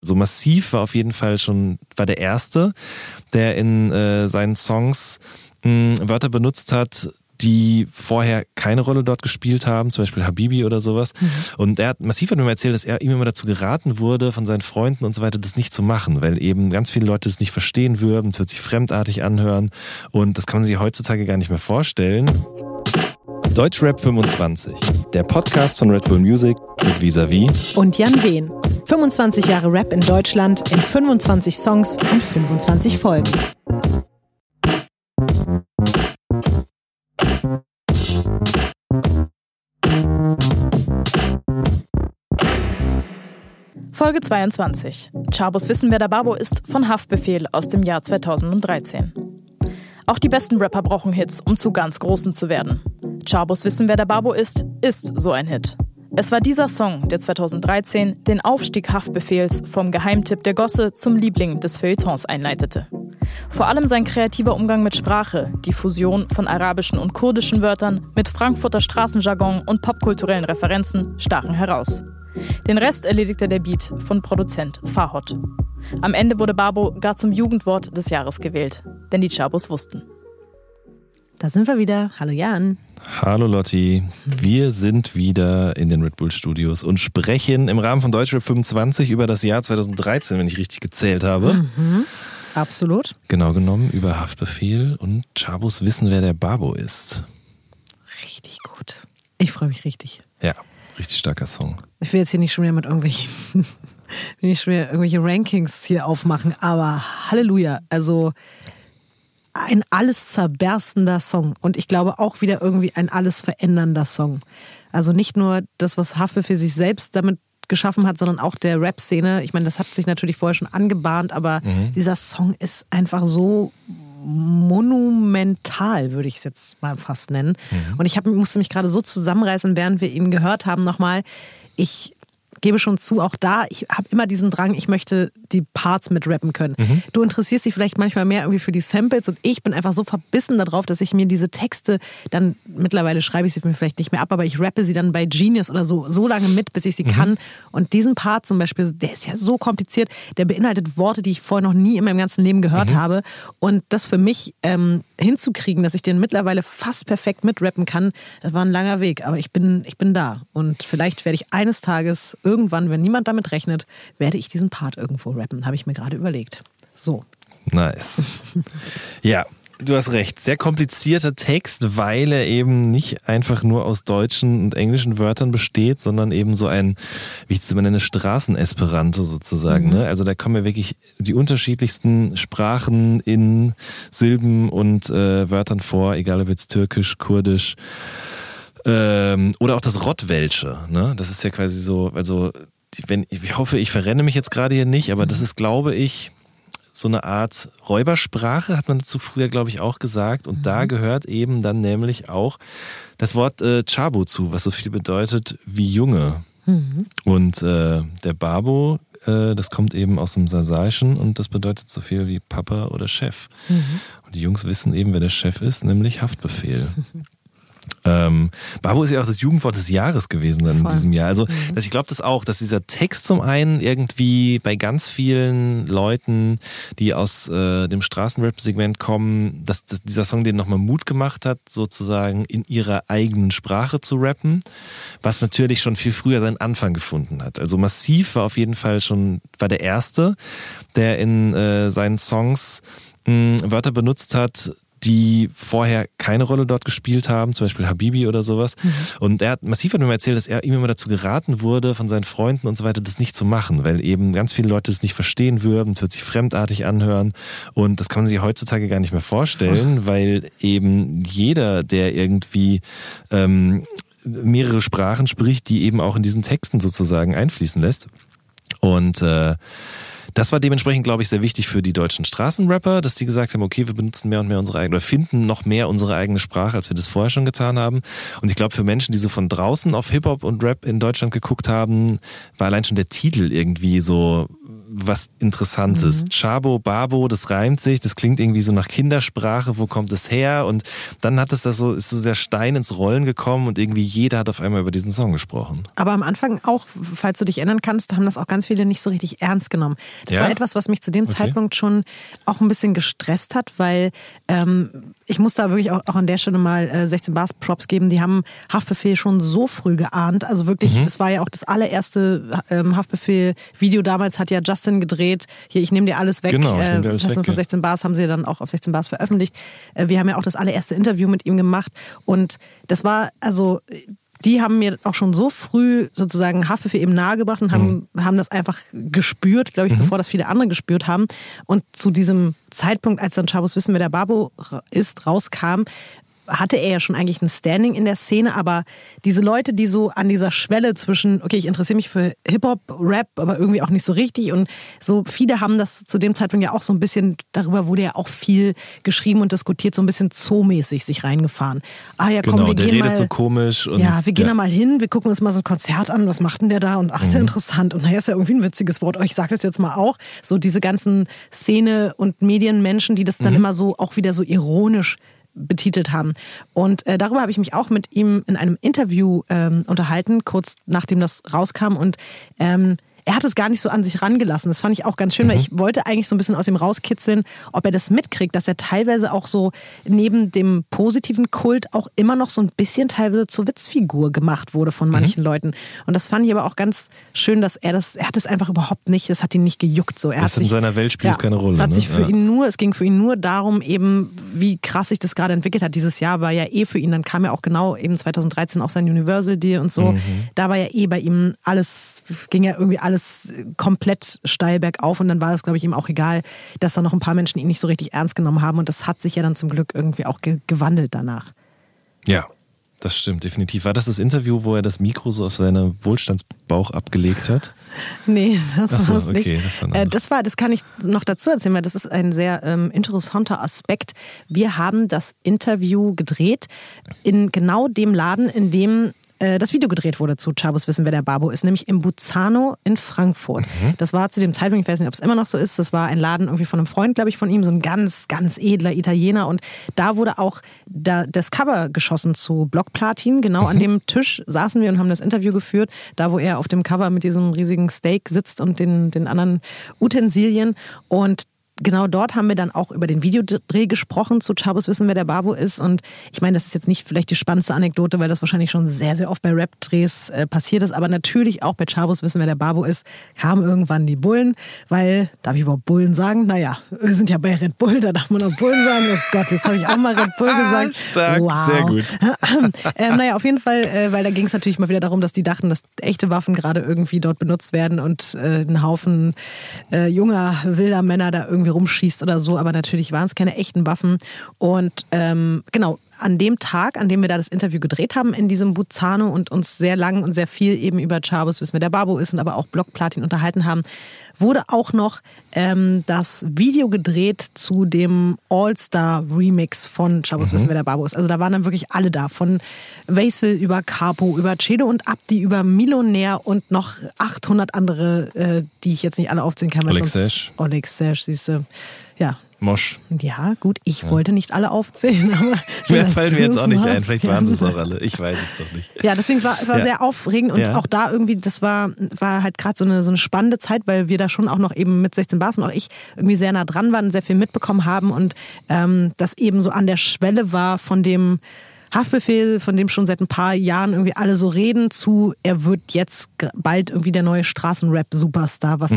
So Massiv war auf jeden Fall war der Erste, der in seinen Songs Wörter benutzt hat, die vorher keine Rolle dort gespielt haben, zum Beispiel Habibi oder sowas. Und Massiv hat mir mal erzählt, dass ihm immer dazu geraten wurde von seinen Freunden und so weiter, das nicht zu machen, weil eben ganz viele Leute es nicht verstehen würden, es wird sich fremdartig anhören und das kann man sich heutzutage gar nicht mehr vorstellen. Deutschrap 25, der Podcast von Red Bull Music mit Vis-a-vis und Jan Wehn. 25 Jahre Rap in Deutschland in 25 Songs und 25 Folgen. Folge 22. Chabos Wissen, wer der Babo ist, von Haftbefehl aus dem Jahr 2013. Auch die besten Rapper brauchen Hits, um zu ganz Großen zu werden. Chabos Wissen, wer der Babo ist so ein Hit. Es war dieser Song, der 2013 den Aufstieg Haftbefehls vom Geheimtipp der Gosse zum Liebling des Feuilletons einleitete. Vor allem sein kreativer Umgang mit Sprache, die Fusion von arabischen und kurdischen Wörtern mit Frankfurter Straßenjargon und popkulturellen Referenzen stachen heraus. Den Rest erledigte der Beat von Produzent Fahot. Am Ende wurde Babo gar zum Jugendwort des Jahres gewählt, denn die Chabos wussten. Da sind wir wieder. Hallo Jan. Hallo Lotti. Wir sind wieder in den Red Bull Studios und sprechen im Rahmen von Deutschrap 25 über das Jahr 2013, wenn ich richtig gezählt habe. Absolut. Genau genommen über Haftbefehl und Chabos Wissen, wer der Babo ist. Richtig gut. Ich freue mich richtig. Ja, richtig starker Song. Ich will jetzt hier nicht schon wieder mit irgendwelche Rankings hier aufmachen, aber Halleluja. Also ein alles zerberstender Song und ich glaube auch wieder irgendwie ein alles verändernder Song. Also nicht nur das, was Haftbefehl sich selbst damit geschaffen hat, sondern auch der Rap-Szene. Ich meine, das hat sich natürlich vorher schon angebahnt, aber dieser Song ist einfach so monumental, würde ich es jetzt mal fast nennen. Und ich musste mich gerade so zusammenreißen, während wir ihn gehört haben nochmal. Ich gebe schon zu, auch da, ich habe immer diesen Drang, ich möchte die Parts mit rappen können. Du interessierst dich vielleicht manchmal mehr irgendwie für die Samples und ich bin einfach so verbissen darauf, dass ich mir diese Texte dann, mittlerweile schreibe ich sie mir vielleicht nicht mehr ab, aber ich rappe sie dann bei Genius oder so lange mit, bis ich sie kann. Und diesen Part zum Beispiel, der ist ja so kompliziert, der beinhaltet Worte, die ich vorher noch nie in meinem ganzen Leben gehört habe. Und das für mich hinzukriegen, dass ich den mittlerweile fast perfekt mitrappen kann, das war ein langer Weg, aber ich bin da. Und vielleicht werde ich eines Tages irgendwann, wenn niemand damit rechnet, werde ich diesen Part irgendwo rappen. Habe ich mir gerade überlegt. So. Nice. Ja, du hast recht. Sehr komplizierter Text, weil er eben nicht einfach nur aus deutschen und englischen Wörtern besteht, sondern eben so ein, wie ich es immer nenne, Straßenesperanto sozusagen. Ne? Also da kommen ja wirklich die unterschiedlichsten Sprachen in Silben und Wörtern vor, egal ob jetzt türkisch, kurdisch, oder auch das Rottwelsche, ne? Das ist ja quasi so, also ich hoffe, ich verrenne mich jetzt gerade hier nicht, aber das ist, glaube ich, so eine Art Räubersprache, hat man dazu früher, glaube ich, auch gesagt. Und da gehört eben dann nämlich auch das Wort Chabo zu, was so viel bedeutet wie Junge. Und der Babo, das kommt eben aus dem Sasaischen und das bedeutet so viel wie Papa oder Chef. Und die Jungs wissen eben, wer der Chef ist, nämlich Haftbefehl. Babo ist ja auch das Jugendwort des Jahres gewesen dann in diesem Jahr. Also ich glaube das auch, dass dieser Text zum einen irgendwie bei ganz vielen Leuten, die aus dem Straßenrap-Segment kommen, dass dieser Song denen nochmal Mut gemacht hat, sozusagen in ihrer eigenen Sprache zu rappen, was natürlich schon viel früher seinen Anfang gefunden hat. Also Massiv war auf jeden Fall war der Erste, der in seinen Songs Wörter benutzt hat, die vorher keine Rolle dort gespielt haben, zum Beispiel Habibi oder sowas. Und Massiv hat mir mal erzählt, dass ihm immer dazu geraten wurde von seinen Freunden und so weiter, das nicht zu machen, weil eben ganz viele Leute es nicht verstehen würden, es wird sich fremdartig anhören und das kann man sich heutzutage gar nicht mehr vorstellen, weil eben jeder, der irgendwie mehrere Sprachen spricht, die eben auch in diesen Texten sozusagen einfließen lässt. Und das war dementsprechend, glaube ich, sehr wichtig für die deutschen Straßenrapper, dass die gesagt haben, okay, wir benutzen mehr und mehr unsere eigene, oder finden noch mehr unsere eigene Sprache, als wir das vorher schon getan haben. Und ich glaube, für Menschen, die so von draußen auf Hip-Hop und Rap in Deutschland geguckt haben, war allein schon der Titel irgendwie so was Interessantes. Chabo, Babo, das reimt sich, das klingt irgendwie so nach Kindersprache, wo kommt es her? Und dann hat es ist so der Stein ins Rollen gekommen und irgendwie jeder hat auf einmal über diesen Song gesprochen. Aber am Anfang auch, falls du dich erinnern kannst, haben das auch ganz viele nicht so richtig ernst genommen. Das war etwas, was mich zu dem Zeitpunkt schon auch ein bisschen gestresst hat, weil ich muss da wirklich auch an der Stelle mal 16 Bars Props geben. Die haben Haftbefehl schon so früh geahnt. Also wirklich, das war ja auch das allererste Haftbefehl-Video. Damals hat ja Justin gedreht. Hier, ich nehme dir alles weg. Genau, ich nehme dir alles weg. Von 16 Bars haben sie dann auch auf 16 Bars veröffentlicht. Wir haben ja auch das allererste Interview mit ihm gemacht. Und das war, also die haben mir auch schon so früh sozusagen Haftbefehl eben nahegebracht und haben das einfach gespürt, glaube ich, bevor das viele andere gespürt haben. Und zu diesem Zeitpunkt, als dann Chabos Wissen, wer der Babo ist, rauskam, hatte er ja schon eigentlich ein Standing in der Szene, aber diese Leute, die so an dieser Schwelle zwischen, okay, ich interessiere mich für Hip-Hop, Rap, aber irgendwie auch nicht so richtig und so viele haben das zu dem Zeitpunkt ja auch so ein bisschen, darüber wurde ja auch viel geschrieben und diskutiert, so ein bisschen zoomäßig sich reingefahren. Ah ja, komm, wir der gehen redet mal, so komisch. Und, ja, wir gehen da mal hin, wir gucken uns mal so ein Konzert an, was macht denn der da und ach, ist ja interessant und naja, ist ja irgendwie ein witziges Wort, ich sag das jetzt mal auch, so diese ganzen Szene- und Medienmenschen, die das dann immer so auch wieder so ironisch betitelt haben. Und darüber habe ich mich auch mit ihm in einem Interview unterhalten, kurz nachdem das rauskam. Und er hat es gar nicht so an sich rangelassen. Das fand ich auch ganz schön, weil ich wollte eigentlich so ein bisschen aus ihm rauskitzeln, ob er das mitkriegt, dass er teilweise auch so neben dem positiven Kult auch immer noch so ein bisschen teilweise zur Witzfigur gemacht wurde von manchen Leuten. Und das fand ich aber auch ganz schön, dass er hat es einfach überhaupt nicht, das hat ihn nicht gejuckt. So. Das in seiner Welt spielt es keine Rolle. Es ging für ihn nur darum eben, wie krass sich das gerade entwickelt hat. Dieses Jahr war ja für ihn, dann kam ja auch genau eben 2013 auch sein Universal-Deal und so. Da war ja bei ihm alles, ging ja irgendwie alles komplett steil bergauf und dann war es, glaube ich, ihm auch egal, dass da noch ein paar Menschen ihn nicht so richtig ernst genommen haben und das hat sich ja dann zum Glück irgendwie auch gewandelt danach. Ja, das stimmt, definitiv. War das Interview, wo er das Mikro so auf seinen Wohlstandsbauch abgelegt hat? Nee, das war es nicht. Okay, das kann ich noch dazu erzählen, weil das ist ein sehr interessanter Aspekt. Wir haben das Interview gedreht in genau dem Laden, in dem das Video gedreht wurde zu Chabos Wissen, wer der Babo ist, nämlich im Buzano in Frankfurt. Das war zu dem Zeitpunkt, ich weiß nicht, ob es immer noch so ist, das war ein Laden irgendwie von einem Freund, glaube ich, von ihm, so ein ganz, ganz edler Italiener und da wurde auch das Cover geschossen zu Blockplatin. Genau an dem Tisch saßen wir und haben das Interview geführt, da wo er auf dem Cover mit diesem riesigen Steak sitzt und den anderen Utensilien und genau dort haben wir dann auch über den Videodreh gesprochen zu Chabos Wissen, wer der Babo ist. Und ich meine, das ist jetzt nicht vielleicht die spannendste Anekdote, weil das wahrscheinlich schon sehr, sehr oft bei Rap-Drehs passiert ist. Aber natürlich auch bei Chabos Wissen, wer der Babo ist, kamen irgendwann die Bullen. Weil, darf ich überhaupt Bullen sagen? Naja, wir sind ja bei Red Bull, da darf man auch Bullen sagen. Oh Gott, jetzt habe ich auch mal Red Bull gesagt. Stark, wow. Sehr gut. Naja, auf jeden Fall, weil da ging es natürlich mal wieder darum, dass die dachten, dass echte Waffen gerade irgendwie dort benutzt werden und ein Haufen junger, wilder Männer da irgendwie rumschießt oder so, aber natürlich waren es keine echten Waffen. Und genau, an dem Tag, an dem wir da das Interview gedreht haben in diesem Buzano und uns sehr lang und sehr viel eben über Chabos Wissen, wer der Babo ist und aber auch Blockplatin unterhalten haben, wurde auch noch das Video gedreht zu dem All-Star-Remix von Chabos Wissen, wer der Babo ist. Also da waren dann wirklich alle da, von Vaisel über Capo, über Cedo und Abdi, über Millionär und noch 800 andere, die ich jetzt nicht alle aufzählen kann. Oleg Sesh, siehst du, ja. Mosch. Ja, gut, ich wollte nicht alle aufzählen, aber mir fallen mir jetzt auch nicht ein, vielleicht waren es auch alle, ich weiß es doch nicht. Ja, deswegen es war sehr aufregend und auch da irgendwie, das war halt gerade so eine spannende Zeit, weil wir da schon auch noch eben mit 16 Bars und auch ich irgendwie sehr nah dran waren, sehr viel mitbekommen haben und das eben so an der Schwelle war von dem Haftbefehl, von dem schon seit ein paar Jahren irgendwie alle so reden, zu er wird jetzt bald irgendwie der neue Straßenrap-Superstar, was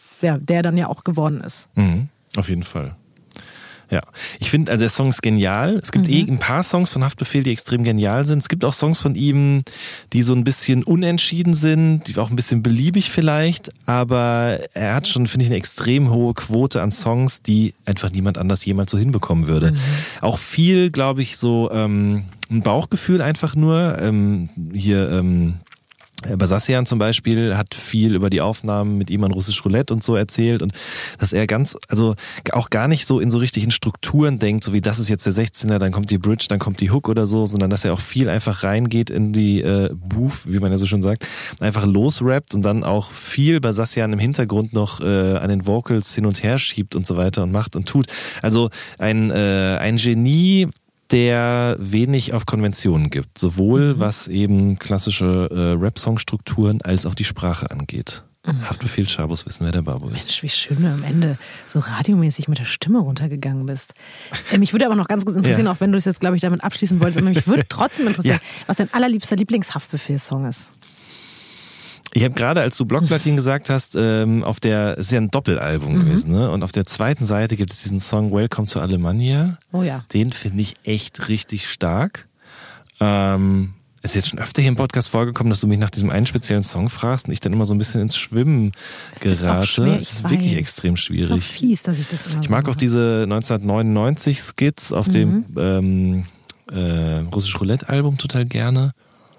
der dann ja auch geworden ist. Auf jeden Fall. Ja, ich finde, also der Song ist genial. Es gibt ein paar Songs von Haftbefehl, die extrem genial sind. Es gibt auch Songs von ihm, die so ein bisschen unentschieden sind, die auch ein bisschen beliebig vielleicht, aber er hat schon, finde ich, eine extrem hohe Quote an Songs, die einfach niemand anders jemals so hinbekommen würde. Auch viel, glaube ich, so ein Bauchgefühl einfach nur. Basassian zum Beispiel hat viel über die Aufnahmen mit ihm an Russisch Roulette und so erzählt und dass er also auch gar nicht so in so richtigen Strukturen denkt, so wie das ist jetzt der 16er, dann kommt die Bridge, dann kommt die Hook oder so, sondern dass er auch viel einfach reingeht in die Booth, wie man ja so schon sagt, einfach losrappt und dann auch viel Basassian im Hintergrund noch an den Vocals hin und her schiebt und so weiter und macht und tut. Also ein Genie, der wenig auf Konventionen gibt, sowohl was eben klassische Rap-Song-Strukturen als auch die Sprache angeht. Haftbefehl, Chabos, wissen wer der Babo ist. Mensch, wie schön du am Ende so radiomäßig mit der Stimme runtergegangen bist. Mich würde aber noch ganz kurz interessieren, auch wenn du es jetzt, glaube ich, damit abschließen wolltest, aber mich würde trotzdem interessieren, was dein allerliebster Lieblings-Haftbefehl-Song ist. Ich habe gerade, als du Blockplatin gesagt hast, ist ja ein Doppelalbum gewesen, ne? Und auf der zweiten Seite gibt es diesen Song Welcome to Alemannia. Oh ja. Den finde ich echt richtig stark. Es ist jetzt schon öfter hier im Podcast vorgekommen, dass du mich nach diesem einen speziellen Song fragst und ich dann immer so ein bisschen ins Schwimmen gerate. Es ist wirklich extrem schwierig. Das ist auch fies, dass ich das immer Ich mag auch diese 1999 Skits auf dem Russisch Roulette Album total gerne.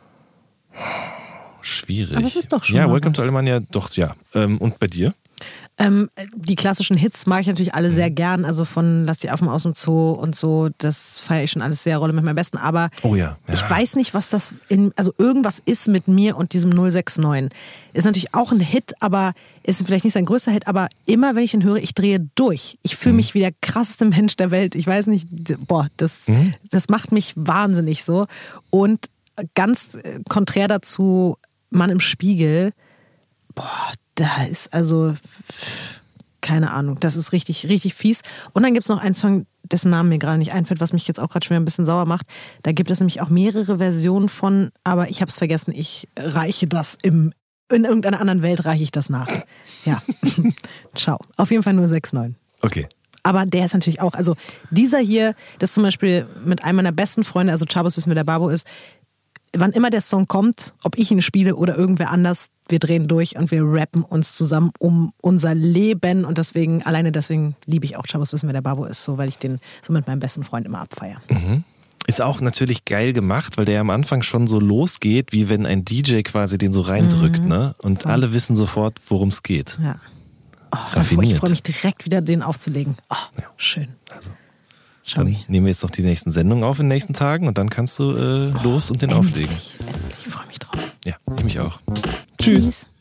Schwierig. Aber es ist doch schon. Ja, Welcome to Alemannia, doch, ja. Und bei dir? Die klassischen Hits mag ich natürlich alle sehr gern. Also von Lass die Affen aus dem Zoo und so, das feiere ich schon alles sehr, Rolle mit meinem Besten. Aber ich weiß nicht, was das also irgendwas ist mit mir und diesem 069. Ist natürlich auch ein Hit, aber ist vielleicht nicht sein größter Hit. Aber immer, wenn ich ihn höre, ich drehe durch. Ich fühle mich wie der krasseste Mensch der Welt. Ich weiß nicht, das macht mich wahnsinnig so. Und ganz konträr dazu, Mann im Spiegel, da ist also, keine Ahnung, das ist richtig, richtig fies. Und dann gibt es noch einen Song, dessen Namen mir gerade nicht einfällt, was mich jetzt auch gerade schon wieder ein bisschen sauer macht. Da gibt es nämlich auch mehrere Versionen von, aber ich habe es vergessen, ich reiche das in irgendeiner anderen Welt reiche ich das nach. Ja, ciao. Auf jeden Fall nur 6,9. Okay. Aber der ist natürlich auch, also dieser hier, das ist zum Beispiel mit einem meiner besten Freunde, also Chabos, wissen wer der Babo ist, wann immer der Song kommt, ob ich ihn spiele oder irgendwer anders, wir drehen durch und wir rappen uns zusammen um unser Leben und alleine deswegen liebe ich auch Chabos, wissen wer der Babo ist, so, weil ich den so mit meinem besten Freund immer abfeiere. Mhm. Ist auch natürlich geil gemacht, weil der am Anfang schon so losgeht, wie wenn ein DJ quasi den so reindrückt, ne? Und alle wissen sofort, worum es geht. Ja. Ich freue mich direkt wieder, den aufzulegen. Schön. Also. Dann nehmen wir jetzt noch die nächsten Sendungen auf in den nächsten Tagen und dann kannst du los und den auflegen. Endlich. Ich freue mich drauf. Ja, ich mich auch. Tschüss.